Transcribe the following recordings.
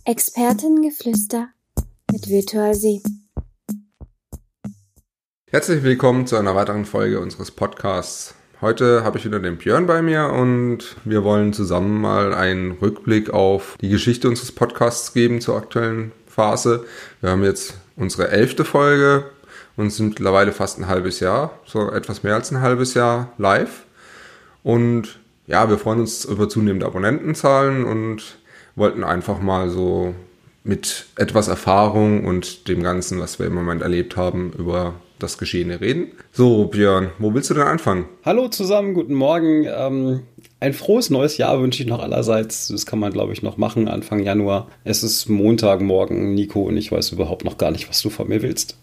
Expertengeflüster mit Virtual Sie. Herzlich willkommen zu einer weiteren Folge unseres Podcasts. Heute habe ich wieder den Björn bei mir und wir wollen zusammen mal einen Rückblick auf die Geschichte unseres Podcasts geben zur aktuellen Phase. Wir haben jetzt unsere 11. Folge und sind mittlerweile fast ein halbes Jahr, so etwas mehr als ein halbes Jahr live. Und ja, wir freuen uns über zunehmende Abonnentenzahlen und wollten einfach mal so mit etwas Erfahrung und dem Ganzen, was wir im Moment erlebt haben, über das Geschehene reden. So, Björn, wo willst du denn anfangen? Hallo zusammen, guten Morgen. Ein frohes neues Jahr wünsche ich noch allerseits. Das kann man, glaube ich, noch machen, Anfang Januar. Es ist Montagmorgen, Nico, und ich weiß überhaupt noch gar nicht, was du von mir willst.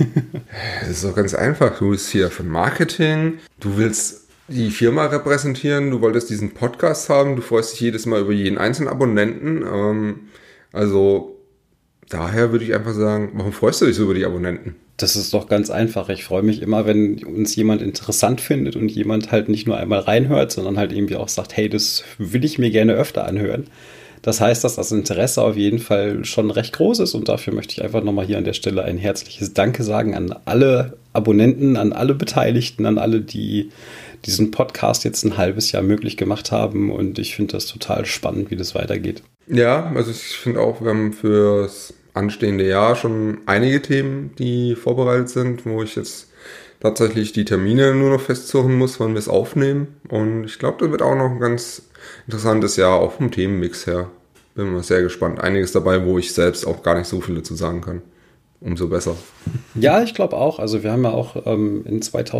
Es ist doch ganz einfach. Du bist hier für Marketing, du willst die Firma repräsentieren, du wolltest diesen Podcast haben, du freust dich jedes Mal über jeden einzelnen Abonnenten. Also daher würde ich einfach sagen, warum freust du dich so über die Abonnenten? Das ist doch ganz einfach. Ich freue mich immer, wenn uns jemand interessant findet und jemand halt nicht nur einmal reinhört, sondern halt irgendwie auch sagt, hey, das will ich mir gerne öfter anhören. Das heißt, dass das Interesse auf jeden Fall schon recht groß ist und dafür möchte ich einfach nochmal hier an der Stelle ein herzliches Danke sagen an alle Abonnenten, an alle Beteiligten, an alle, die diesen Podcast jetzt ein halbes Jahr möglich gemacht haben und ich finde das total spannend, wie das weitergeht. Ja, also ich finde auch, wir haben fürs anstehende Jahr schon einige Themen, die vorbereitet sind, wo ich jetzt tatsächlich die Termine nur noch festzurren muss, wann wir es aufnehmen. Und ich glaube, das wird auch noch ein ganz interessantes Jahr, auch vom Themenmix her. Bin mal sehr gespannt. Einiges dabei, wo ich selbst auch gar nicht so viel dazu sagen kann. Umso besser. Ja, ich glaube auch. Also wir haben ja auch in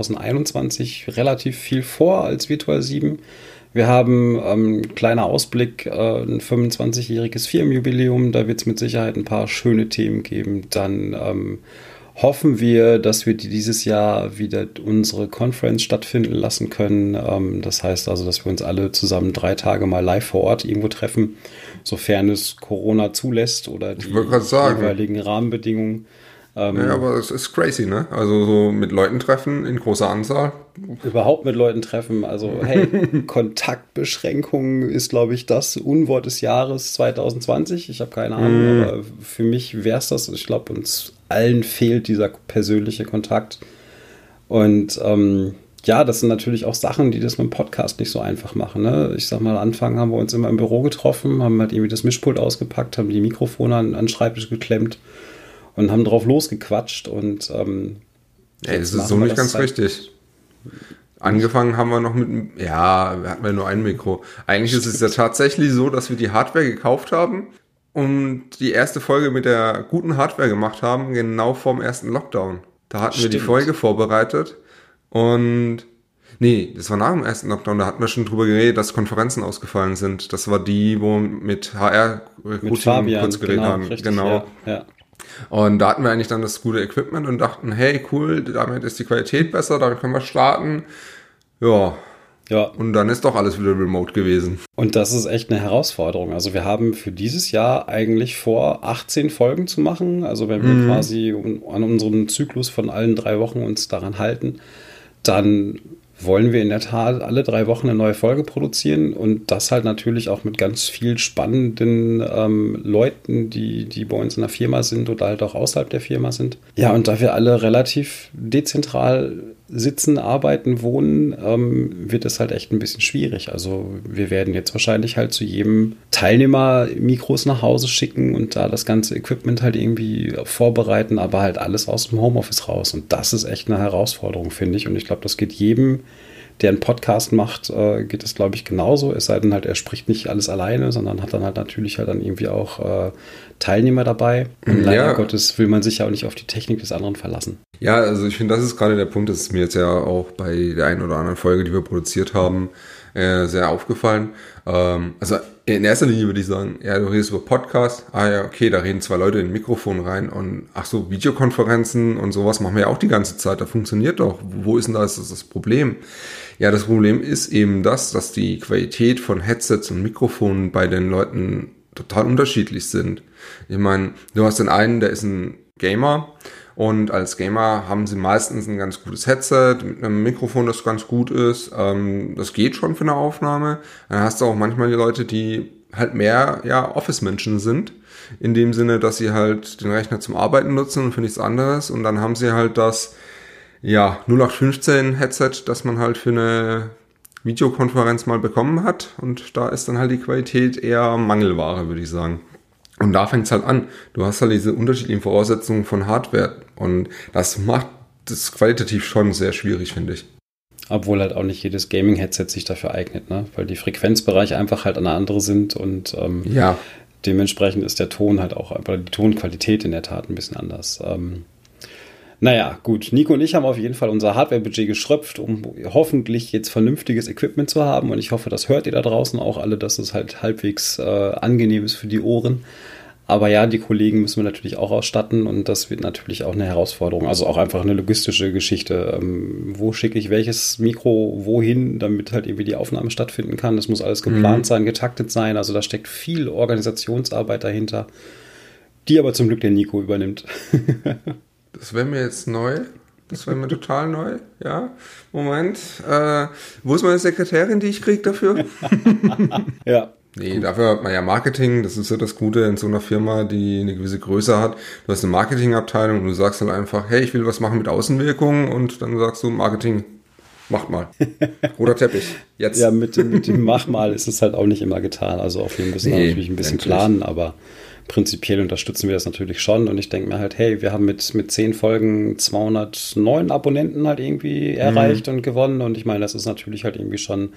2021 relativ viel vor als Virtual 7. Wir haben, kleiner Ausblick, ein 25-jähriges Firmenjubiläum. Da wird es mit Sicherheit ein paar schöne Themen geben. Dann hoffen wir, dass wir dieses Jahr wieder unsere Conference stattfinden lassen können. Das heißt also, dass wir uns alle zusammen 3 Tage mal live vor Ort irgendwo treffen, sofern es Corona zulässt oder die jeweiligen Rahmenbedingungen. Ja, aber es ist crazy, ne? Also so mit Leuten treffen in großer Anzahl. Überhaupt mit Leuten treffen. Also hey, Kontaktbeschränkungen ist, glaube ich, das Unwort des Jahres 2020. Ich habe keine Ahnung, aber für mich wäre es das. Ich glaube, uns allen fehlt dieser persönliche Kontakt. Und ja, das sind natürlich auch Sachen, die das mit dem Podcast nicht so einfach machen. Ne? Ich sag mal, Anfang haben wir uns immer im Büro getroffen, haben halt irgendwie das Mischpult ausgepackt, haben die Mikrofone an den Schreibtisch geklemmt und haben drauf losgequatscht. Und das ist so nicht ganz richtig. Angefangen haben wir noch mit, ja, wir hatten ja nur ein Mikro. Eigentlich ist es ja tatsächlich so, dass wir die Hardware gekauft haben und die erste Folge mit der guten Hardware gemacht haben, genau vorm ersten Lockdown. Da hatten wir die Folge vorbereitet und nee, das war nach dem ersten Lockdown, da hatten wir schon drüber geredet, dass Konferenzen ausgefallen sind. Das war die, wo mit HR mit Fabian kurz geredet haben. Richtig, genau. Ja. Und da hatten wir eigentlich dann das gute Equipment und dachten, hey, cool, damit ist die Qualität besser, damit können wir starten. Ja. Und dann ist doch alles wieder remote gewesen. Und das ist echt eine Herausforderung. Also wir haben für dieses Jahr eigentlich vor, 18 Folgen zu machen. Also wenn wir quasi an unserem Zyklus von allen 3 Wochen uns daran halten, dann wollen wir in der Tat alle 3 Wochen eine neue Folge produzieren und das halt natürlich auch mit ganz viel spannenden Leuten, die bei uns in der Firma sind oder halt auch außerhalb der Firma sind. Ja, und da wir alle relativ dezentral sitzen, arbeiten, wohnen, wird es halt echt ein bisschen schwierig. Also wir werden jetzt wahrscheinlich halt zu jedem Teilnehmer Mikros nach Hause schicken und da das ganze Equipment halt irgendwie vorbereiten, aber halt alles aus dem Homeoffice raus. Und das ist echt eine Herausforderung, finde ich. Und ich glaube, das geht jedem, der einen Podcast macht, geht es, glaube ich, genauso. Es sei denn halt, er spricht nicht alles alleine, sondern hat dann halt natürlich halt dann irgendwie auch Teilnehmer dabei. Und leider Gottes will man sich ja auch nicht auf die Technik des anderen verlassen. Ja, also ich finde, das ist gerade der Punkt, das ist mir jetzt ja auch bei der einen oder anderen Folge, die wir produziert haben, sehr aufgefallen. Also in erster Linie würde ich sagen, ja, du redest über Podcast, ja, okay, da reden 2 Leute in ein Mikrofon rein und ach so, Videokonferenzen und sowas machen wir ja auch die ganze Zeit, da funktioniert doch. Wo ist denn das Problem? Ja, das Problem ist eben dass die Qualität von Headsets und Mikrofonen bei den Leuten total unterschiedlich sind. Ich meine, du hast den einen, der ist ein Gamer und als Gamer haben sie meistens ein ganz gutes Headset mit einem Mikrofon, das ganz gut ist. Das geht schon für eine Aufnahme. Dann hast du auch manchmal die Leute, die halt mehr Office-Menschen sind. In dem Sinne, dass sie halt den Rechner zum Arbeiten nutzen und für nichts anderes. Und dann haben sie halt das 0815-Headset, das man halt für eine Videokonferenz mal bekommen hat. Und da ist dann halt die Qualität eher Mangelware, würde ich sagen. Und da fängt es halt an. Du hast halt diese unterschiedlichen Voraussetzungen von Hardware. Und das macht das qualitativ schon sehr schwierig, finde ich. Obwohl halt auch nicht jedes Gaming-Headset sich dafür eignet, ne? Weil die Frequenzbereiche einfach halt eine andere sind und dementsprechend ist der Ton halt auch, aber die Tonqualität in der Tat ein bisschen anders. Naja, gut. Nico und ich haben auf jeden Fall unser Hardware-Budget geschröpft, um hoffentlich jetzt vernünftiges Equipment zu haben. Und ich hoffe, das hört ihr da draußen auch alle, dass es halt halbwegs angenehm ist für die Ohren. Aber ja, die Kollegen müssen wir natürlich auch ausstatten und das wird natürlich auch eine Herausforderung. Also auch einfach eine logistische Geschichte. Wo schicke ich welches Mikro wohin, damit halt irgendwie die Aufnahme stattfinden kann. Das muss alles geplant sein, getaktet sein. Also da steckt viel Organisationsarbeit dahinter, die aber zum Glück der Nico übernimmt. Das wäre mir jetzt neu. Das wäre mir total neu. Ja, Moment. Wo ist meine Sekretärin, die ich kriege dafür? Ja. Nee, dafür hat man ja Marketing. Das ist ja das Gute in so einer Firma, die eine gewisse Größe hat. Du hast eine Marketingabteilung und du sagst dann einfach, hey, ich will was machen mit Außenwirkung und dann sagst du, Marketing, macht mal. Roter Teppich, jetzt. Ja, mit dem Mach mal ist es halt auch nicht immer getan. Also auch wir müssen natürlich ein bisschen planen, aber prinzipiell unterstützen wir das natürlich schon und ich denke mir halt, hey, wir haben mit 10 Folgen 209 Abonnenten halt irgendwie erreicht und gewonnen und ich meine, das ist natürlich halt irgendwie schon,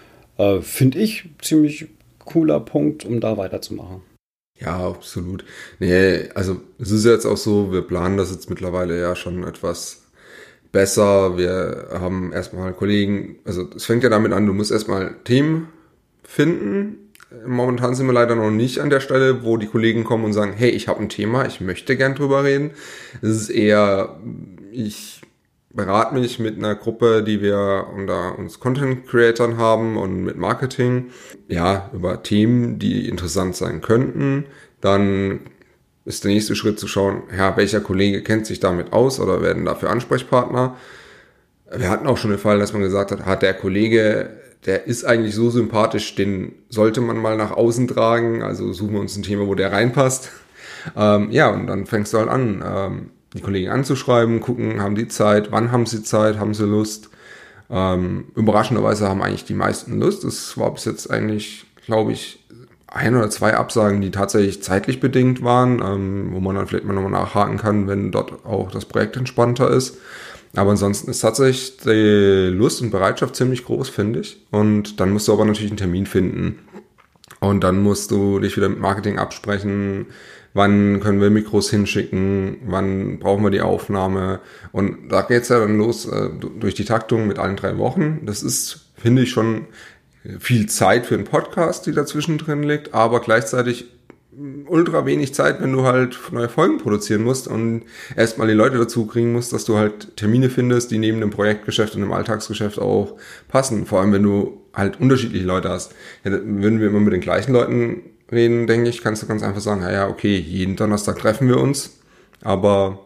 finde ich, ziemlich cooler Punkt, um da weiterzumachen. Ja, absolut. Nee, also es ist jetzt auch so, wir planen das jetzt mittlerweile ja schon etwas besser. Wir haben erstmal Kollegen, also es fängt ja damit an, du musst erstmal Themen finden. Momentan sind wir leider noch nicht an der Stelle, wo die Kollegen kommen und sagen, hey, ich habe ein Thema, ich möchte gern drüber reden. Es ist eher, ich berate mich mit einer Gruppe, die wir unter uns Content-Creatern haben und mit Marketing, ja, über Themen, die interessant sein könnten. Dann ist der nächste Schritt zu schauen, ja, welcher Kollege kennt sich damit aus oder werden dafür Ansprechpartner. Wir hatten auch schon den Fall, dass man gesagt hat, der Kollege, der ist eigentlich so sympathisch, den sollte man mal nach außen tragen, also suchen wir uns ein Thema, wo der reinpasst. Ja, und dann fängst du halt an, die Kollegen anzuschreiben, gucken, haben die Zeit, wann haben sie Zeit, haben sie Lust. Überraschenderweise haben eigentlich die meisten Lust. Es war bis jetzt eigentlich, glaube ich, 1 oder 2 Absagen, die tatsächlich zeitlich bedingt waren, wo man dann vielleicht mal nochmal nachhaken kann, wenn dort auch das Projekt entspannter ist. Aber ansonsten ist tatsächlich die Lust und Bereitschaft ziemlich groß, finde ich. Und dann musst du aber natürlich einen Termin finden. Und dann musst du dich wieder mit Marketing absprechen. Wann können wir Mikros hinschicken? Wann brauchen wir die Aufnahme? Und da geht's ja dann los durch die Taktung mit allen 3 Wochen. Das ist, finde ich, schon viel Zeit für einen Podcast, die dazwischen drin liegt, aber gleichzeitig ultra wenig Zeit, wenn du halt neue Folgen produzieren musst und erstmal die Leute dazu kriegen musst, dass du halt Termine findest, die neben dem Projektgeschäft und dem Alltagsgeschäft auch passen. Vor allem, wenn du halt unterschiedliche Leute hast. Ja, würden wir immer mit den gleichen Leuten reden, denke ich, kannst du ganz einfach sagen, ja, okay, jeden Donnerstag treffen wir uns, aber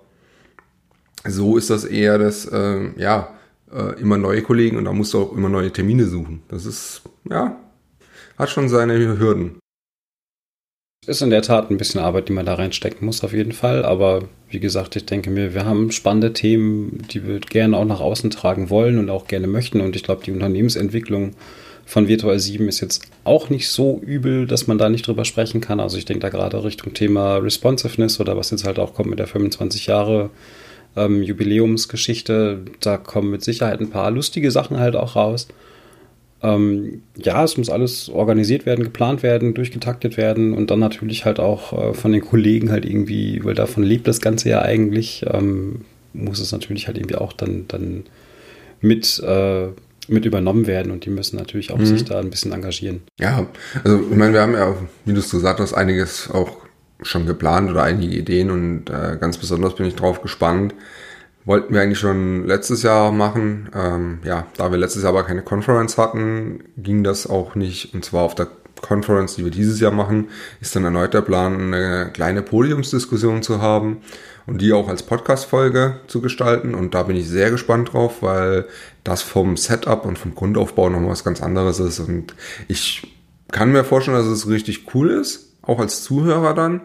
so ist das eher das, immer neue Kollegen und da musst du auch immer neue Termine suchen. Das ist, ja, hat schon seine Hürden. Ist in der Tat ein bisschen Arbeit, die man da reinstecken muss, auf jeden Fall. Aber wie gesagt, ich denke mir, wir haben spannende Themen, die wir gerne auch nach außen tragen wollen und auch gerne möchten. Und ich glaube, die Unternehmensentwicklung von Virtual 7 ist jetzt auch nicht so übel, dass man da nicht drüber sprechen kann. Also ich denke da gerade Richtung Thema Responsiveness oder was jetzt halt auch kommt mit der 25 Jahre Jubiläumsgeschichte. Da kommen mit Sicherheit ein paar lustige Sachen halt auch raus. Es muss alles organisiert werden, geplant werden, durchgetaktet werden und dann natürlich halt auch von den Kollegen halt irgendwie, weil davon lebt das Ganze ja eigentlich, muss es natürlich halt irgendwie auch dann mit übernommen werden und die müssen natürlich auch sich da ein bisschen engagieren. Ja, also ich meine, wir haben ja, wie du es gesagt hast, einiges auch schon geplant oder einige Ideen und ganz besonders bin ich drauf gespannt. Wollten wir eigentlich schon letztes Jahr machen. Da wir letztes Jahr aber keine Conference hatten, ging das auch nicht. Und zwar auf der Conference, die wir dieses Jahr machen, ist dann erneut der Plan, eine kleine Podiumsdiskussion zu haben und die auch als Podcast-Folge zu gestalten. Und da bin ich sehr gespannt drauf, weil das vom Setup und vom Grundaufbau nochmal was ganz anderes ist. Und ich kann mir vorstellen, dass es richtig cool ist, auch als Zuhörer dann.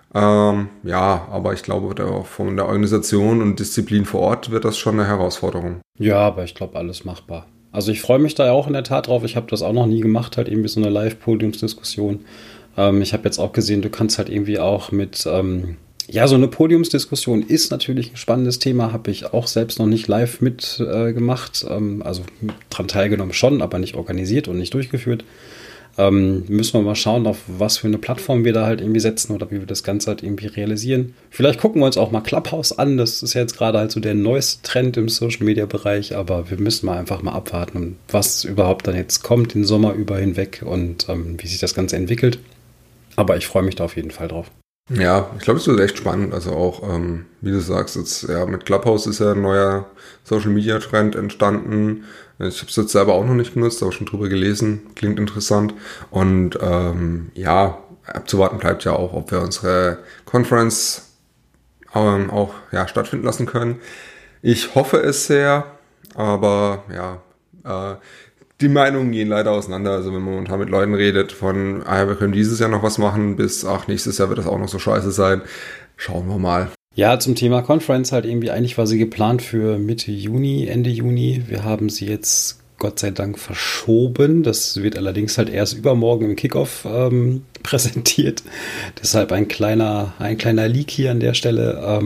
Ja, aber ich glaube, von der Organisation und Disziplin vor Ort wird das schon eine Herausforderung. Ja, aber ich glaube, alles machbar. Also ich freue mich da ja auch in der Tat drauf. Ich habe das auch noch nie gemacht, halt irgendwie so eine Live-Podiumsdiskussion. Ich habe jetzt auch gesehen, du kannst halt irgendwie auch mit, ja, so eine Podiumsdiskussion ist natürlich ein spannendes Thema, habe ich auch selbst noch nicht live mitgemacht. Also dran teilgenommen schon, aber nicht organisiert und nicht durchgeführt. Müssen wir mal schauen, auf was für eine Plattform wir da halt irgendwie setzen oder wie wir das Ganze halt irgendwie realisieren. Vielleicht gucken wir uns auch mal Clubhouse an. Das ist ja jetzt gerade halt so der neueste Trend im Social-Media-Bereich, aber wir müssen mal einfach mal abwarten, was überhaupt dann jetzt kommt, den Sommer über hinweg und wie sich das Ganze entwickelt. Aber ich freue mich da auf jeden Fall drauf. Ja, ich glaube, es wird echt spannend. Also auch, wie du sagst, jetzt ja mit Clubhouse ist ja ein neuer Social-Media-Trend entstanden. Ich habe es jetzt selber auch noch nicht genutzt, aber schon drüber gelesen. Klingt interessant. Und ja, abzuwarten bleibt ja auch, ob wir unsere Conference auch ja, stattfinden lassen können. Ich hoffe es sehr, aber ja, die Meinungen gehen leider auseinander. Also wenn man momentan mit Leuten redet von, wir können dieses Jahr noch was machen, bis, nächstes Jahr wird das auch noch so scheiße sein. Schauen wir mal. Ja, zum Thema Conference halt irgendwie, eigentlich war sie geplant für Mitte Juni, Ende Juni. Wir haben sie jetzt Gott sei Dank verschoben. Das wird allerdings halt erst übermorgen im Kickoff präsentiert. Deshalb ein kleiner Leak hier an der Stelle.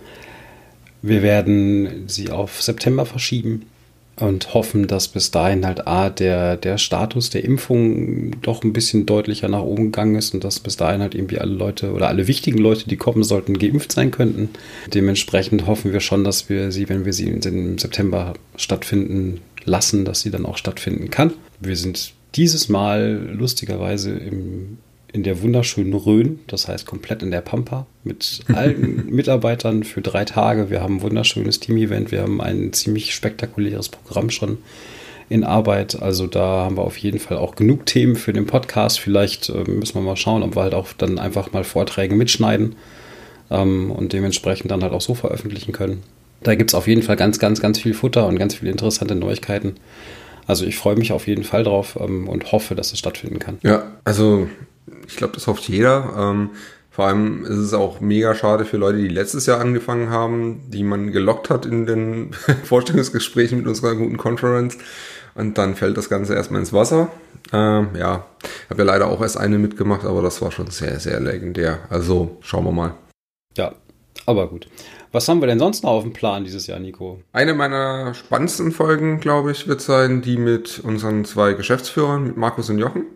Wir werden sie auf September verschieben und hoffen, dass bis dahin halt der Status der Impfung doch ein bisschen deutlicher nach oben gegangen ist und dass bis dahin halt irgendwie alle Leute oder alle wichtigen Leute, die kommen sollten, geimpft sein könnten. Dementsprechend hoffen wir schon, dass wir sie, wenn wir sie im September stattfinden lassen, dass sie dann auch stattfinden kann. Wir sind dieses Mal lustigerweise in der wunderschönen Rhön, das heißt komplett in der Pampa, mit allen Mitarbeitern für 3 Tage. Wir haben ein wunderschönes Team-Event, wir haben ein ziemlich spektakuläres Programm schon in Arbeit. Also da haben wir auf jeden Fall auch genug Themen für den Podcast. Vielleicht müssen wir mal schauen, ob wir halt auch dann einfach mal Vorträge mitschneiden und dementsprechend dann halt auch so veröffentlichen können. Da gibt es auf jeden Fall ganz, ganz, ganz viel Futter und ganz viele interessante Neuigkeiten. Also ich freue mich auf jeden Fall drauf und hoffe, dass es stattfinden kann. Ja, also ich glaube, das hofft jeder. Vor allem ist es auch mega schade für Leute, die letztes Jahr angefangen haben, die man gelockt hat in den Vorstellungsgesprächen mit unserer guten Conference. Und dann fällt das Ganze erstmal ins Wasser. Ja, ich habe ja leider auch erst eine mitgemacht, aber das war schon sehr, sehr legendär. Also schauen wir mal. Ja, aber gut. Was haben wir denn sonst noch auf dem Plan dieses Jahr, Nico? Eine meiner spannendsten Folgen, glaube ich, wird sein, die mit unseren 2 Geschäftsführern, mit Markus und Jochen.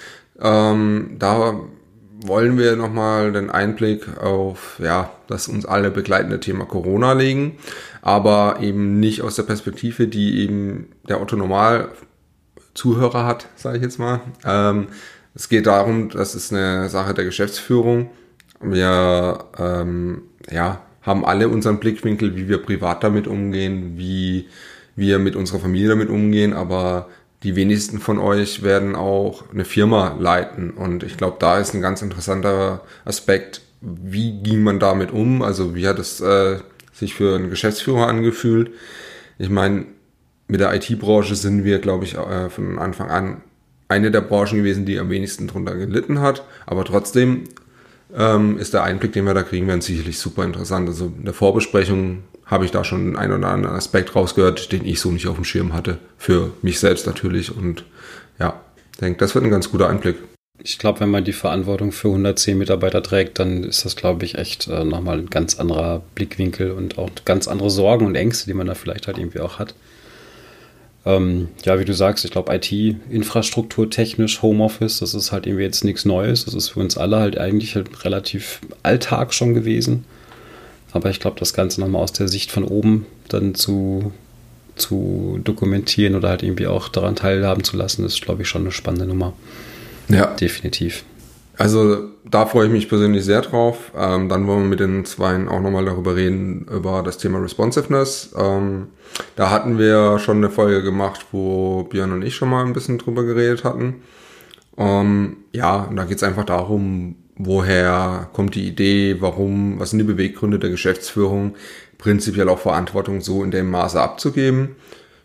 Da wollen wir nochmal den Einblick auf das uns alle begleitende Thema Corona legen, aber eben nicht aus der Perspektive, die eben der Otto-Normal-Zuhörer hat, sage ich jetzt mal. Es geht darum, das ist eine Sache der Geschäftsführung. Wir haben alle unseren Blickwinkel, wie wir privat damit umgehen, wie wir mit unserer Familie damit umgehen, aber die wenigsten von euch werden auch eine Firma leiten. Und ich glaube, da ist ein ganz interessanter Aspekt, wie ging man damit um? Also wie hat es sich für einen Geschäftsführer angefühlt? Ich meine, mit der IT-Branche sind wir, glaube ich, von Anfang an eine der Branchen gewesen, die am wenigsten drunter gelitten hat. Aber trotzdem ist der Einblick, den wir da kriegen werden, sicherlich super interessant. Also in der Vorbesprechung habe ich da schon einen oder anderen Aspekt rausgehört, den ich so nicht auf dem Schirm hatte. Für mich selbst natürlich. Und ja, ich denke, das wird ein ganz guter Einblick. Ich glaube, wenn man die Verantwortung für 110 Mitarbeiter trägt, dann ist das, glaube ich, echt nochmal ein ganz anderer Blickwinkel und auch ganz andere Sorgen und Ängste, die man da vielleicht halt irgendwie auch hat. Ja, wie du sagst, ich glaube, IT-Infrastruktur technisch, Homeoffice, das ist halt irgendwie jetzt nichts Neues. Das ist für uns alle halt eigentlich halt relativ Alltag schon gewesen. Aber ich glaube, das Ganze nochmal aus der Sicht von oben dann zu dokumentieren oder halt irgendwie auch daran teilhaben zu lassen, ist, glaube ich, schon eine spannende Nummer. Ja. Definitiv. Also da freue ich mich persönlich sehr drauf. Dann wollen wir mit den Zweien auch nochmal darüber reden, über das Thema Responsiveness. Da hatten wir schon eine Folge gemacht, wo Björn und ich schon mal ein bisschen drüber geredet hatten. Und da geht es einfach darum, woher kommt die Idee, was sind die Beweggründe der Geschäftsführung, prinzipiell auch Verantwortung so in dem Maße abzugeben.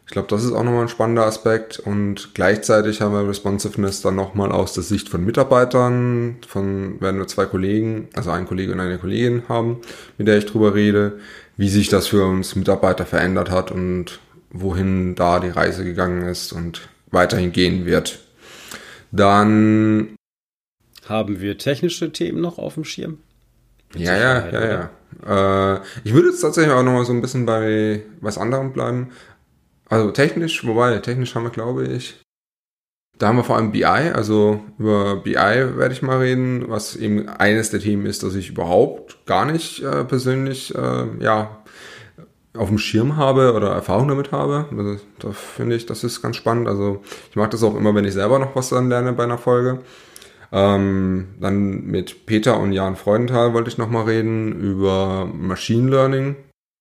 Ich glaube, das ist auch nochmal ein spannender Aspekt. Und gleichzeitig haben wir Responsiveness dann nochmal aus der Sicht von Mitarbeitern. Werden wir 2 Kollegen, also einen Kollege und eine Kollegin haben, mit der ich drüber rede, wie sich das für uns Mitarbeiter verändert hat und wohin da die Reise gegangen ist und weiterhin gehen wird. Dann haben wir technische Themen noch auf dem Schirm? Ja. Ich würde jetzt tatsächlich auch nochmal so ein bisschen bei was anderem bleiben. Also technisch haben wir, glaube ich, da haben wir vor allem BI, also über BI werde ich mal reden, was eben eines der Themen ist, das ich überhaupt gar nicht persönlich auf dem Schirm habe oder Erfahrung damit habe. Also, da finde ich, das ist ganz spannend. Also ich mag das auch immer, wenn ich selber noch was dann lerne bei einer Folge. Dann mit Peter und Jan Freudenthal wollte ich nochmal reden über Machine Learning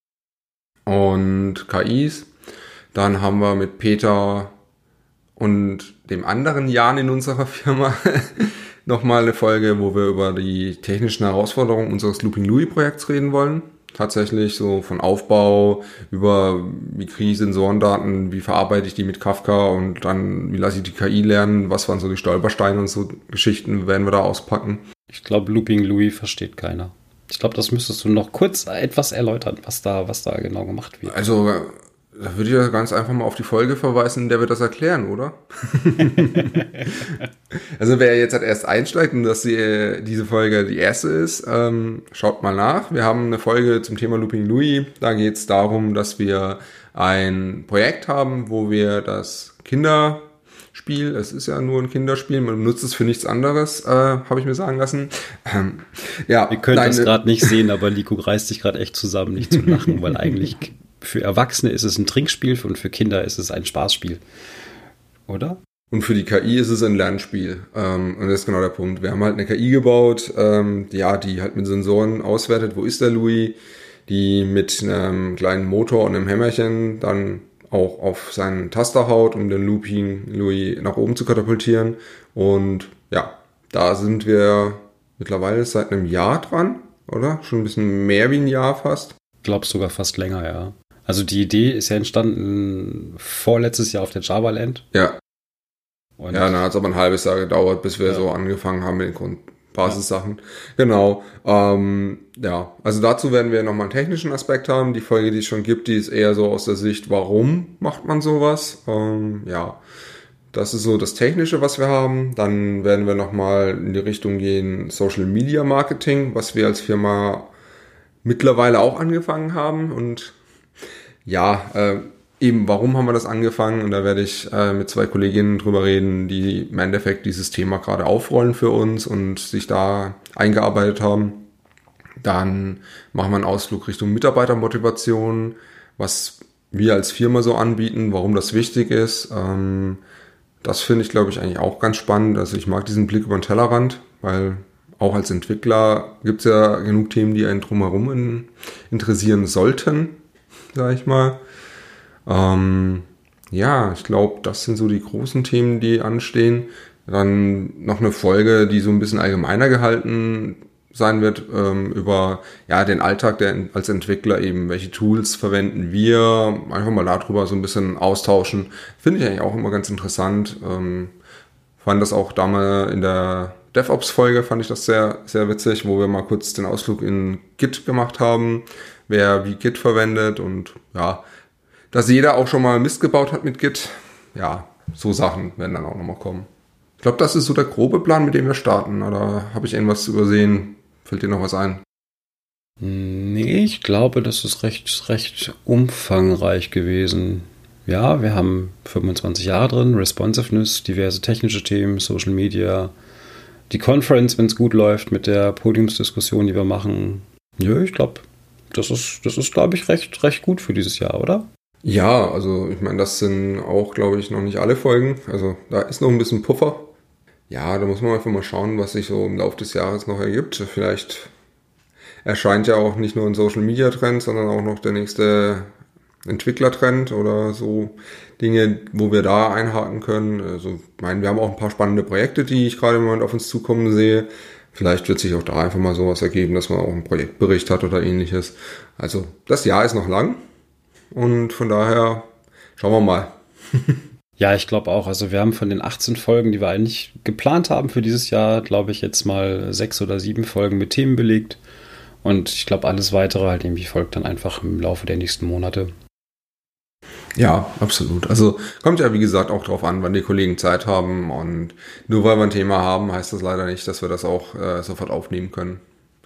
und KIs. Dann haben wir mit Peter und dem anderen Jan in unserer Firma nochmal eine Folge, wo wir über die technischen Herausforderungen unseres Looping Louis Projekts reden wollen. Tatsächlich so von Aufbau über wie kriege ich Sensorendaten, wie verarbeite ich die mit Kafka und dann wie lasse ich die KI lernen, was waren so die Stolpersteine und so Geschichten werden wir da auspacken. Ich glaube, Looping Louis versteht keiner. Ich glaube, das müsstest du noch kurz etwas erläutern, was da genau gemacht wird. Also da würde ich ja ganz einfach mal auf die Folge verweisen, in der wir das erklären, oder? Also wer jetzt halt erst einsteigt und dass diese Folge die erste ist, schaut mal nach. Wir haben eine Folge zum Thema Looping Louis. Da geht es darum, dass wir ein Projekt haben, wo wir das Kinderspiel, es ist ja nur ein Kinderspiel, man benutzt es für nichts anderes, habe ich mir sagen lassen. Ihr könnt es gerade nicht sehen, aber Nico reißt sich gerade echt zusammen, nicht zu lachen, weil eigentlich für Erwachsene ist es ein Trinkspiel und für Kinder ist es ein Spaßspiel. Oder? Und für die KI ist es ein Lernspiel. Und das ist genau der Punkt. Wir haben halt eine KI gebaut, die halt mit Sensoren auswertet, wo ist der Louis, die mit einem kleinen Motor und einem Hämmerchen dann auch auf seinen Taster haut, um den Looping Louis nach oben zu katapultieren. Und ja, da sind wir mittlerweile seit einem Jahr dran, oder? Schon ein bisschen mehr wie ein Jahr fast. Ich glaube sogar fast länger, ja. Also die Idee ist ja entstanden vorletztes Jahr auf der Java Land. Ja. Dann hat es aber ein halbes Jahr gedauert, bis wir so angefangen haben mit den Grundbasissachen. Genau. Also dazu werden wir nochmal einen technischen Aspekt haben. Die Folge, die es schon gibt, die ist eher so aus der Sicht, warum macht man sowas? Das ist so das Technische, was wir haben. Dann werden wir nochmal in die Richtung gehen, Social Media Marketing, was wir als Firma mittlerweile auch angefangen haben. Und eben, warum haben wir das angefangen? Und da werde ich mit 2 Kolleginnen drüber reden, die im Endeffekt dieses Thema gerade aufrollen für uns und sich da eingearbeitet haben. Dann machen wir einen Ausflug Richtung Mitarbeitermotivation, was wir als Firma so anbieten, warum das wichtig ist. Das finde ich, glaube ich, eigentlich auch ganz spannend. Also ich mag diesen Blick über den Tellerrand, weil auch als Entwickler gibt es ja genug Themen, die einen drumherum interessieren sollten, sage ich mal. Ich glaube, das sind so die großen Themen, die anstehen. Dann noch eine Folge, die so ein bisschen allgemeiner gehalten sein wird, über den Alltag als Entwickler eben, welche Tools verwenden wir, einfach mal darüber so ein bisschen austauschen. Finde ich eigentlich auch immer ganz interessant. Fand das auch damals in der DevOps-Folge, fand ich das sehr, sehr witzig, wo wir mal kurz den Ausflug in Git gemacht haben, wer wie Git verwendet und dass jeder auch schon mal Mist gebaut hat mit Git. Ja, so Sachen werden dann auch nochmal kommen. Ich glaube, das ist so der grobe Plan, mit dem wir starten. Oder habe ich irgendwas übersehen? Fällt dir noch was ein? Nee, ich glaube, das ist recht umfangreich gewesen. Ja, wir haben 25 Jahre drin, Responsiveness, diverse technische Themen, Social Media, die Conference, wenn es gut läuft, mit der Podiumsdiskussion, die wir machen. Ja, ich glaube, das ist, glaube ich, recht gut für dieses Jahr, oder? Ja, also ich meine, das sind auch, glaube ich, noch nicht alle Folgen. Also da ist noch ein bisschen Puffer. Ja, da muss man einfach mal schauen, was sich so im Laufe des Jahres noch ergibt. Vielleicht erscheint ja auch nicht nur ein Social-Media-Trend, sondern auch noch der nächste Entwicklertrend oder so Dinge, wo wir da einhaken können. Also ich meine, wir haben auch ein paar spannende Projekte, die ich gerade im Moment auf uns zukommen sehe. Vielleicht wird sich auch da einfach mal sowas ergeben, dass man auch einen Projektbericht hat oder ähnliches. Also das Jahr ist noch lang und von daher schauen wir mal. Ja, ich glaube auch. Also wir haben von den 18 Folgen, die wir eigentlich geplant haben für dieses Jahr, glaube ich, jetzt mal 6 oder 7 Folgen mit Themen belegt. Und ich glaube, alles Weitere halt irgendwie folgt dann einfach im Laufe der nächsten Monate. Ja, absolut. Also kommt ja, wie gesagt, auch drauf an, wann die Kollegen Zeit haben. Und nur weil wir ein Thema haben, heißt das leider nicht, dass wir das auch sofort aufnehmen können.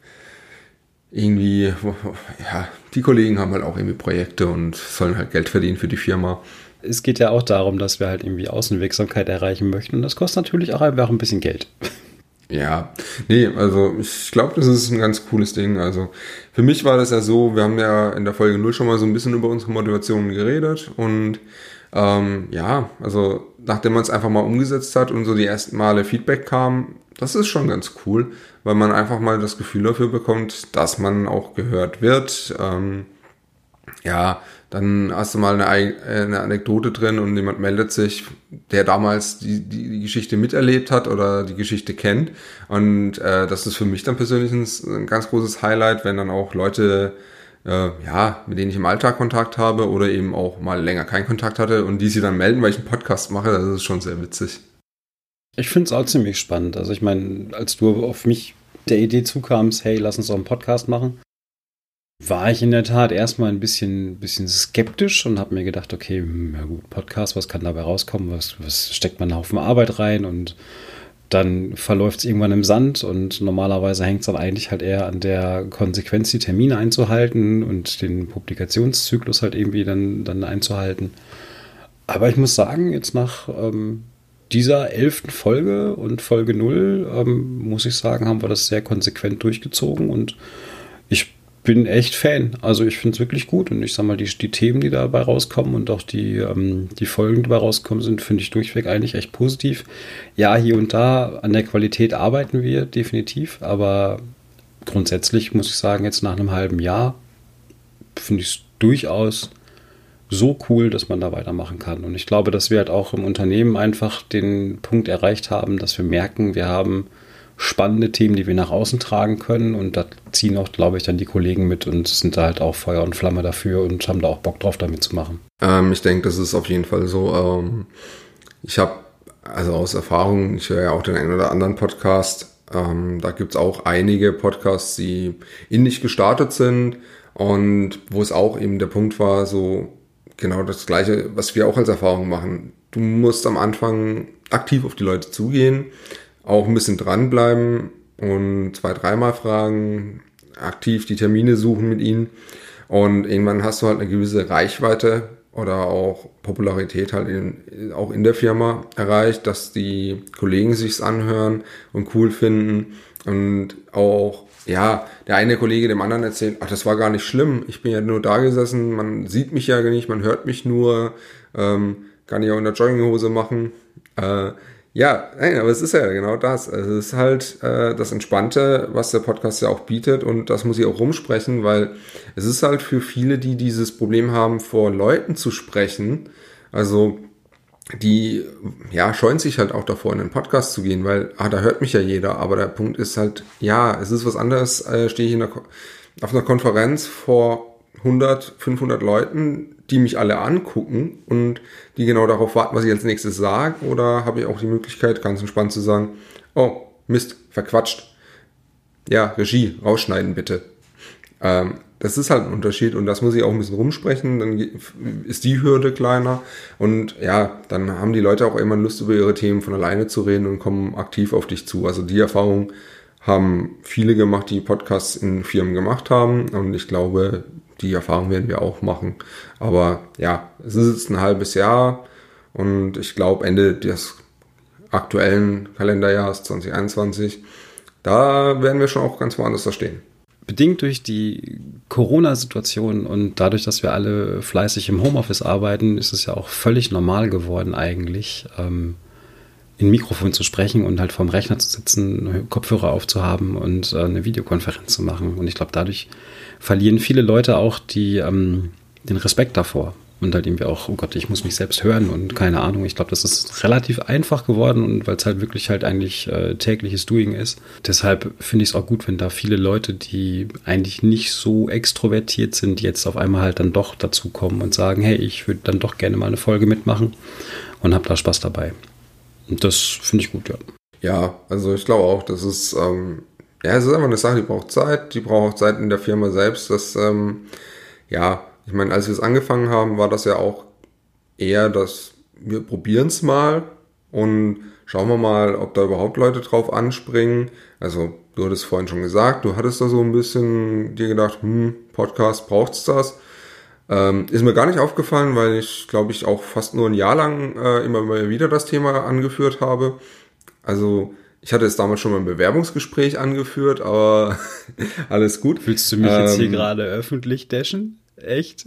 Irgendwie, ja, die Kollegen haben halt auch irgendwie Projekte und sollen halt Geld verdienen für die Firma. Es geht ja auch darum, dass wir halt irgendwie Außenwirksamkeit erreichen möchten. Und das kostet natürlich auch einfach ein bisschen Geld. Ja, nee, also ich glaube, das ist ein ganz cooles Ding. Also für mich war das ja so, wir haben ja in der Folge 0 schon mal so ein bisschen über unsere Motivationen geredet und ja, also nachdem man es einfach mal umgesetzt hat und so die ersten Male Feedback kam, das ist schon ganz cool, weil man einfach mal das Gefühl dafür bekommt, dass man auch gehört wird. Ja, dann hast du mal eine Anekdote drin und jemand meldet sich, der damals die Geschichte miterlebt hat oder die Geschichte kennt. Und das ist für mich dann persönlich ein ganz großes Highlight, wenn dann auch Leute, ja, mit denen ich im Alltag Kontakt habe oder eben auch mal länger keinen Kontakt hatte und die sich dann melden, weil ich einen Podcast mache. Das ist schon sehr witzig. Ich finde es auch ziemlich spannend. Also ich meine, als du auf mich der Idee zukamst, hey, lass uns doch einen Podcast machen, war ich in der Tat erstmal ein bisschen skeptisch und habe mir gedacht, okay, ja gut, Podcast, was kann dabei rauskommen? Was steckt man einen Haufen Arbeit rein? Und dann verläuft es irgendwann im Sand und normalerweise hängt es dann eigentlich halt eher an der Konsequenz, die Termine einzuhalten und den Publikationszyklus halt irgendwie dann einzuhalten. Aber ich muss sagen, jetzt nach dieser 11. Folge und Folge 0, muss ich sagen, haben wir das sehr konsequent durchgezogen und ich bin echt Fan. Also ich finde es wirklich gut und ich sag mal, die Themen, die dabei rauskommen und auch die Folgen, die dabei rauskommen sind, finde ich durchweg eigentlich echt positiv. Ja, hier und da an der Qualität arbeiten wir definitiv, aber grundsätzlich muss ich sagen, jetzt nach einem halben Jahr finde ich es durchaus so cool, dass man da weitermachen kann. Und ich glaube, dass wir halt auch im Unternehmen einfach den Punkt erreicht haben, dass wir merken, wir haben spannende Themen, die wir nach außen tragen können und da ziehen auch, glaube ich, dann die Kollegen mit und sind da halt auch Feuer und Flamme dafür und haben da auch Bock drauf, damit zu machen. Ich denke, das ist auf jeden Fall so. Ich habe, also aus Erfahrung, ich höre ja auch den einen oder anderen Podcast, da gibt es auch einige Podcasts, die ähnlich gestartet sind und wo es auch eben der Punkt war, so genau das Gleiche, was wir auch als Erfahrung machen. Du musst am Anfang aktiv auf die Leute zugehen, auch ein bisschen dranbleiben und 2-3 Mal fragen, aktiv die Termine suchen mit ihnen und irgendwann hast du halt eine gewisse Reichweite oder auch Popularität halt auch in der Firma erreicht, dass die Kollegen sich's anhören und cool finden und auch, ja, der eine Kollege dem anderen erzählt, ach, das war gar nicht schlimm, ich bin ja nur da gesessen, man sieht mich ja nicht, man hört mich nur, kann ich auch in der Jogginghose machen, ja, nein, aber es ist ja genau das. Also es ist halt das Entspannte, was der Podcast ja auch bietet und das muss ich auch rumsprechen, weil es ist halt für viele, die dieses Problem haben, vor Leuten zu sprechen, also die ja scheuen sich halt auch davor, in den Podcast zu gehen, weil da hört mich ja jeder, aber der Punkt ist halt, ja, es ist was anderes, stehe ich auf einer Konferenz vor 100, 500 Leuten, die mich alle angucken und die genau darauf warten, was ich als nächstes sage, oder habe ich auch die Möglichkeit, ganz entspannt zu sagen, oh, Mist, verquatscht. Ja, Regie, rausschneiden bitte. Das ist halt ein Unterschied und das muss ich auch ein bisschen rumsprechen, dann ist die Hürde kleiner und ja, dann haben die Leute auch immer Lust, über ihre Themen von alleine zu reden und kommen aktiv auf dich zu. Also die Erfahrung haben viele gemacht, die Podcasts in Firmen gemacht haben und ich glaube, die Erfahrung werden wir auch machen. Aber ja, es ist jetzt ein halbes Jahr und ich glaube, Ende des aktuellen Kalenderjahres 2021, da werden wir schon auch ganz woanders da stehen. Bedingt durch die Corona-Situation und dadurch, dass wir alle fleißig im Homeoffice arbeiten, ist es ja auch völlig normal geworden eigentlich, in Mikrofon zu sprechen und halt vorm Rechner zu sitzen, Kopfhörer aufzuhaben und eine Videokonferenz zu machen. Und ich glaube, dadurch verlieren viele Leute auch den Respekt davor. und halt irgendwie auch, oh Gott, ich muss mich selbst hören und keine Ahnung. Ich glaube, das ist relativ einfach geworden und weil es halt wirklich halt eigentlich tägliches Doing ist. Deshalb finde ich es auch gut, wenn da viele Leute, die eigentlich nicht so extrovertiert sind, jetzt auf einmal halt dann doch dazukommen und sagen, hey, ich würde dann doch gerne mal eine Folge mitmachen und habe da Spaß dabei. Und das finde ich gut, ja. Ja, also ich glaube auch, das ist, es ist einfach eine Sache, die braucht Zeit in der Firma selbst. Ich meine, als wir es angefangen haben, war das ja auch eher, dass wir probieren es mal und schauen wir mal, ob da überhaupt Leute drauf anspringen. Also du hattest vorhin schon gesagt, du hattest da so ein bisschen dir gedacht, Podcast, braucht's das? Ist mir gar nicht aufgefallen, weil ich, glaube ich, auch fast nur ein Jahr lang immer mal wieder das Thema angeführt habe. Also ich hatte es damals schon mal im Bewerbungsgespräch angeführt, aber alles gut. Fühlst du mich jetzt hier gerade öffentlich dashen? Echt?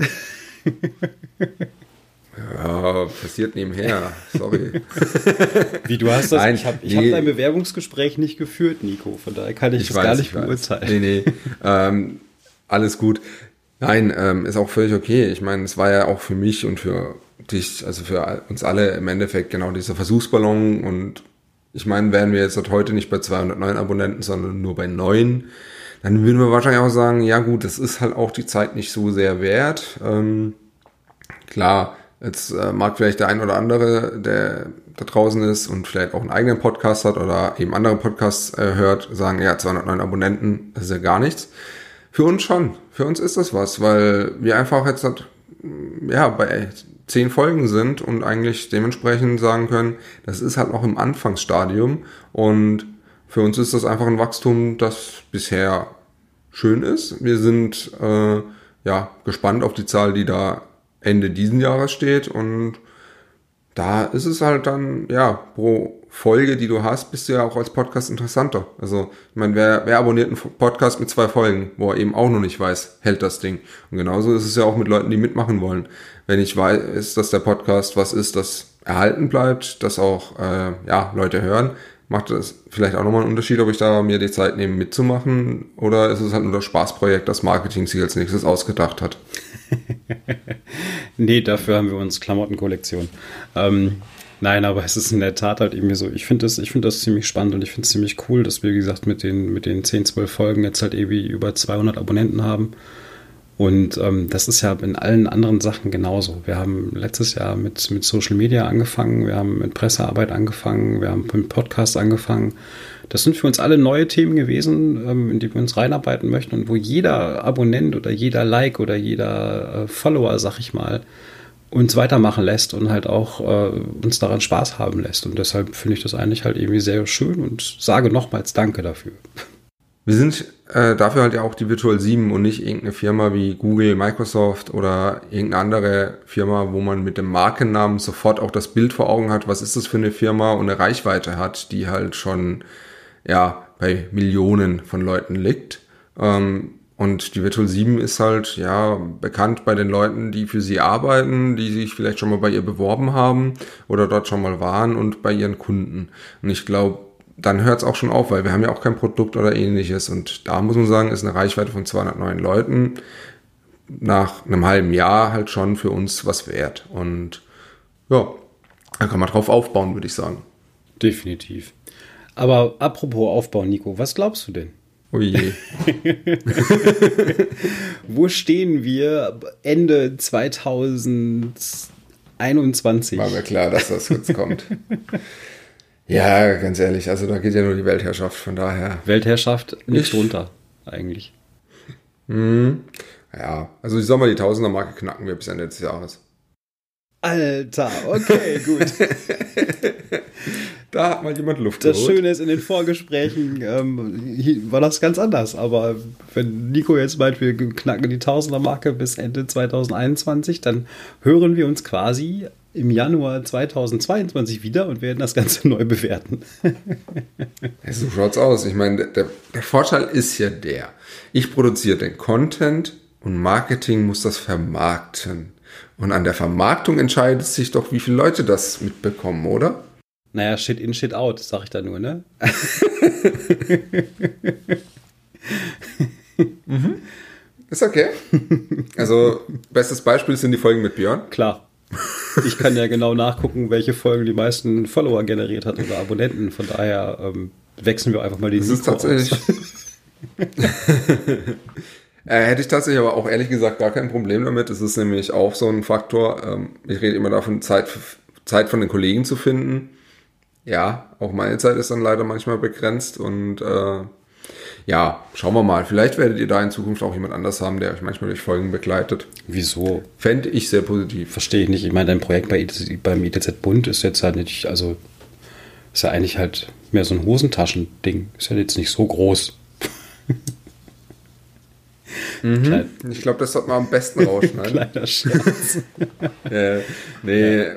Ja, passiert nebenher. Sorry. Wie, du hast das? Nein, ich hab dein Bewerbungsgespräch nicht geführt, Nico. Von daher kann ich das gar nicht beurteilen. Nee. Alles gut. Nein, ist auch völlig okay. Ich meine, es war ja auch für mich und für dich, also für uns alle im Endeffekt genau dieser Versuchsballon. Und ich meine, wären wir jetzt heute nicht bei 209 Abonnenten, sondern nur bei 9, dann würden wir wahrscheinlich auch sagen, ja gut, das ist halt auch die Zeit nicht so sehr wert. Klar, jetzt mag vielleicht der ein oder andere, der da draußen ist und vielleicht auch einen eigenen Podcast hat oder eben andere Podcasts hört, sagen, ja, 209 Abonnenten, das ist ja gar nichts. Für uns schon. Für uns ist das was, weil wir einfach jetzt bei 10 Folgen sind und eigentlich dementsprechend sagen können, das ist halt noch im Anfangsstadium und für uns ist das einfach ein Wachstum, das bisher schön ist. Wir sind gespannt auf die Zahl, die da Ende diesen Jahres steht und da ist es halt dann, pro Folge, die du hast, bist du ja auch als Podcast interessanter. Also, ich meine, wer abonniert einen Podcast mit 2 Folgen, wo er eben auch noch nicht weiß, hält das Ding. Und genauso ist es ja auch mit Leuten, die mitmachen wollen. Wenn ich weiß, dass der Podcast was ist, das erhalten bleibt, das auch Leute hören, macht das vielleicht auch nochmal einen Unterschied, ob ich da mir die Zeit nehme mitzumachen oder ist es halt nur das Spaßprojekt, das Marketing sich als nächstes ausgedacht hat. Nee, dafür haben wir uns Klamottenkollektion. Nein, aber es ist in der Tat halt irgendwie so, ich finde das ziemlich spannend und ich finde es ziemlich cool, dass wir, wie gesagt, mit den 10, 12 Folgen jetzt halt irgendwie über 200 Abonnenten haben. Und das ist ja in allen anderen Sachen genauso. Wir haben letztes Jahr mit Social Media angefangen, wir haben mit Pressearbeit angefangen, wir haben mit Podcast angefangen. Das sind für uns alle neue Themen gewesen, in die wir uns reinarbeiten möchten und wo jeder Abonnent oder jeder Like oder jeder Follower, sag ich mal, uns weitermachen lässt und halt auch uns daran Spaß haben lässt. Und deshalb finde ich das eigentlich halt irgendwie sehr schön und sage nochmals Danke dafür. Wir sind dafür halt ja auch die Virtual 7 und nicht irgendeine Firma wie Google, Microsoft oder irgendeine andere Firma, wo man mit dem Markennamen sofort auch das Bild vor Augen hat, was ist das für eine Firma und eine Reichweite hat, die halt schon bei Millionen von Leuten liegt. Und die Virtual 7 ist halt bekannt bei den Leuten, die für sie arbeiten, die sich vielleicht schon mal bei ihr beworben haben oder dort schon mal waren und bei ihren Kunden. Und ich glaube, dann hört es auch schon auf, weil wir haben ja auch kein Produkt oder ähnliches. Und da muss man sagen, ist eine Reichweite von 209 Leuten nach einem halben Jahr halt schon für uns was wert. Und da kann man drauf aufbauen, würde ich sagen. Definitiv. Aber apropos Aufbau, Nico, was glaubst du denn? Oh je. Wo stehen wir Ende 2021? War mir klar, dass das jetzt kommt. Ja, ganz ehrlich, also da geht ja nur die Weltherrschaft, von daher. Weltherrschaft nicht runter, eigentlich. Ja, also ich sag mal, die Tausender-Marke knacken wir bis Ende des Jahres. Alter, okay, gut. Da hat mal jemand Luft Das geholt. Schöne ist, in den Vorgesprächen war das ganz anders. Aber wenn Nico jetzt meint, wir knacken die Tausender-Marke bis Ende 2021, dann hören wir uns quasi im Januar 2022 wieder und werden das Ganze neu bewerten. Ja, so schaut's aus. Ich meine, der Vorteil ist ja ich produziere den Content und Marketing muss das vermarkten. Und an der Vermarktung entscheidet sich doch, wie viele Leute das mitbekommen, oder? Naja, Shit in, Shit out, sag ich da nur, ne? Ist okay. Also, bestes Beispiel sind die Folgen mit Björn. Klar. Ich kann ja genau nachgucken, welche Folgen die meisten Follower generiert hat oder Abonnenten. Von daher wechseln wir einfach mal die Das ist tatsächlich. Hätte ich tatsächlich aber auch ehrlich gesagt gar kein Problem damit. Es ist nämlich auch so ein Faktor. Ich rede immer davon, Zeit von den Kollegen zu finden. Ja, auch meine Zeit ist dann leider manchmal begrenzt und ja, schauen wir mal. Vielleicht werdet ihr da in Zukunft auch jemand anders haben, der euch manchmal durch Folgen begleitet. Wieso? Fände ich sehr positiv. Verstehe ich nicht. Ich meine, dein Projekt beim ITZ Bund ist jetzt halt nicht, also ist ja eigentlich halt mehr so ein Hosentaschending. Ist ja jetzt nicht so groß. Ich glaube, das sollte man am besten rausschneiden. Kleiner Scherz. Nee. Ja.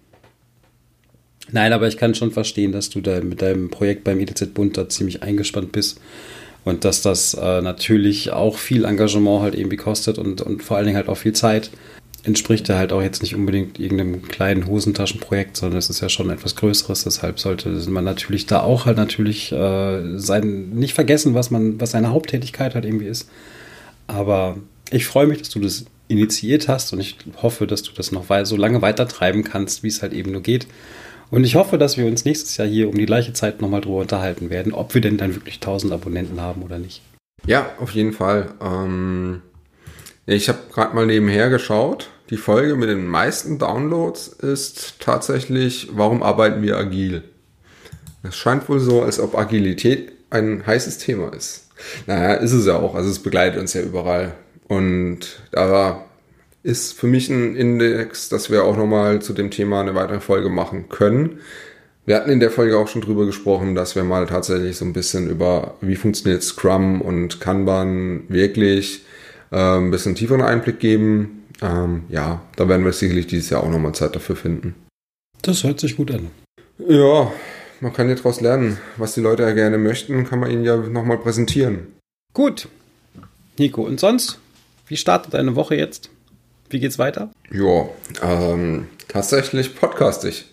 Nein, aber ich kann schon verstehen, dass du da mit deinem Projekt beim ITZ Bund da ziemlich eingespannt bist und dass das natürlich auch viel Engagement halt irgendwie kostet und vor allen Dingen halt auch viel Zeit. Entspricht ja halt auch jetzt nicht unbedingt irgendeinem kleinen Hosentaschenprojekt, sondern es ist ja schon etwas Größeres. Deshalb sollte man natürlich da auch halt natürlich nicht vergessen, was seine Haupttätigkeit halt irgendwie ist. Aber ich freue mich, dass du das initiiert hast und ich hoffe, dass du das noch so lange weitertreiben kannst, wie es halt eben nur geht. Und ich hoffe, dass wir uns nächstes Jahr hier um die gleiche Zeit nochmal drüber unterhalten werden, ob wir denn dann wirklich 1000 Abonnenten haben oder nicht. Ja, auf jeden Fall. Ich habe gerade mal nebenher geschaut. Die Folge mit den meisten Downloads ist tatsächlich, warum arbeiten wir agil? Es scheint wohl so, als ob Agilität ein heißes Thema ist. Naja, ist es ja auch. Also es begleitet uns ja überall. Und da ist für mich ein Index, dass wir auch nochmal zu dem Thema eine weitere Folge machen können. Wir hatten in der Folge auch schon drüber gesprochen, dass wir mal tatsächlich so ein bisschen über, wie funktioniert Scrum und Kanban wirklich ein bisschen tieferen Einblick geben. Ja, da werden wir sicherlich dieses Jahr auch nochmal Zeit dafür finden. Das hört sich gut an. Ja, man kann ja daraus lernen. Was die Leute ja gerne möchten, kann man ihnen ja nochmal präsentieren. Gut. Nico, und sonst? Wie startet deine Woche jetzt? Wie geht's weiter? Ja, tatsächlich podcastig.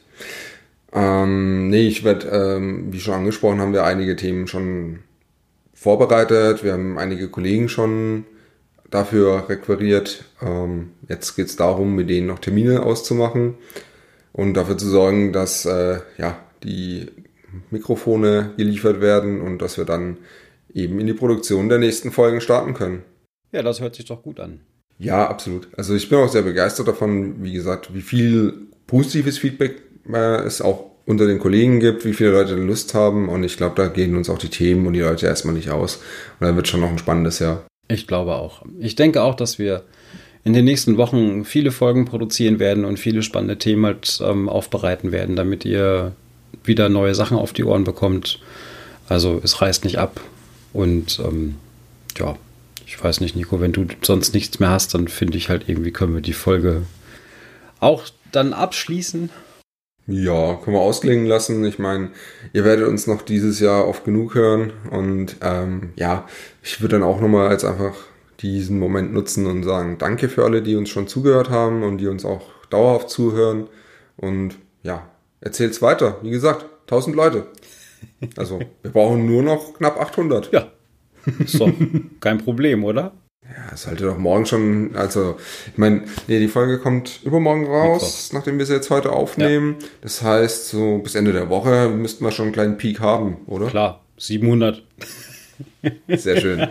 Ich werde, wie schon angesprochen, haben wir einige Themen schon vorbereitet. Wir haben einige Kollegen schon dafür requiriert. Jetzt geht es darum, mit denen noch Termine auszumachen und dafür zu sorgen, dass die Mikrofone geliefert werden und dass wir dann eben in die Produktion der nächsten Folgen starten können. Ja, das hört sich doch gut an. Ja, absolut. Also ich bin auch sehr begeistert davon, wie gesagt, wie viel positives Feedback es auch unter den Kollegen gibt, wie viele Leute Lust haben und ich glaube, da gehen uns auch die Themen und die Leute erstmal nicht aus und dann wird schon noch ein spannendes Jahr. Ich glaube auch. Ich denke auch, dass wir in den nächsten Wochen viele Folgen produzieren werden und viele spannende Themen halt aufbereiten werden, damit ihr wieder neue Sachen auf die Ohren bekommt. Also es reißt nicht ab und ich weiß nicht, Nico, wenn du sonst nichts mehr hast, dann finde ich halt irgendwie, können wir die Folge auch dann abschließen. Ja, können wir ausklingen lassen. Ich meine, ihr werdet uns noch dieses Jahr oft genug hören und ich würde dann auch nochmal als einfach diesen Moment nutzen und sagen, danke für alle, die uns schon zugehört haben und die uns auch dauerhaft zuhören und ja, erzählt's weiter. Wie gesagt, 1000 Leute. Also, wir brauchen nur noch knapp 800. Ja. So, kein Problem, oder? Ja, es sollte doch morgen schon, also, ich meine, die Folge kommt übermorgen raus, nachdem wir sie jetzt heute aufnehmen. Ja. Das heißt, so bis Ende der Woche müssten wir schon einen kleinen Peak haben, oder? Klar, 700. Sehr schön.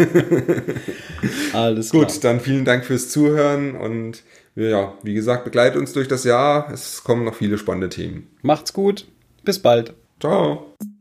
Alles klar. Gut, dann vielen Dank fürs Zuhören und ja, wie gesagt, begleitet uns durch das Jahr. Es kommen noch viele spannende Themen. Macht's gut, bis bald. Ciao.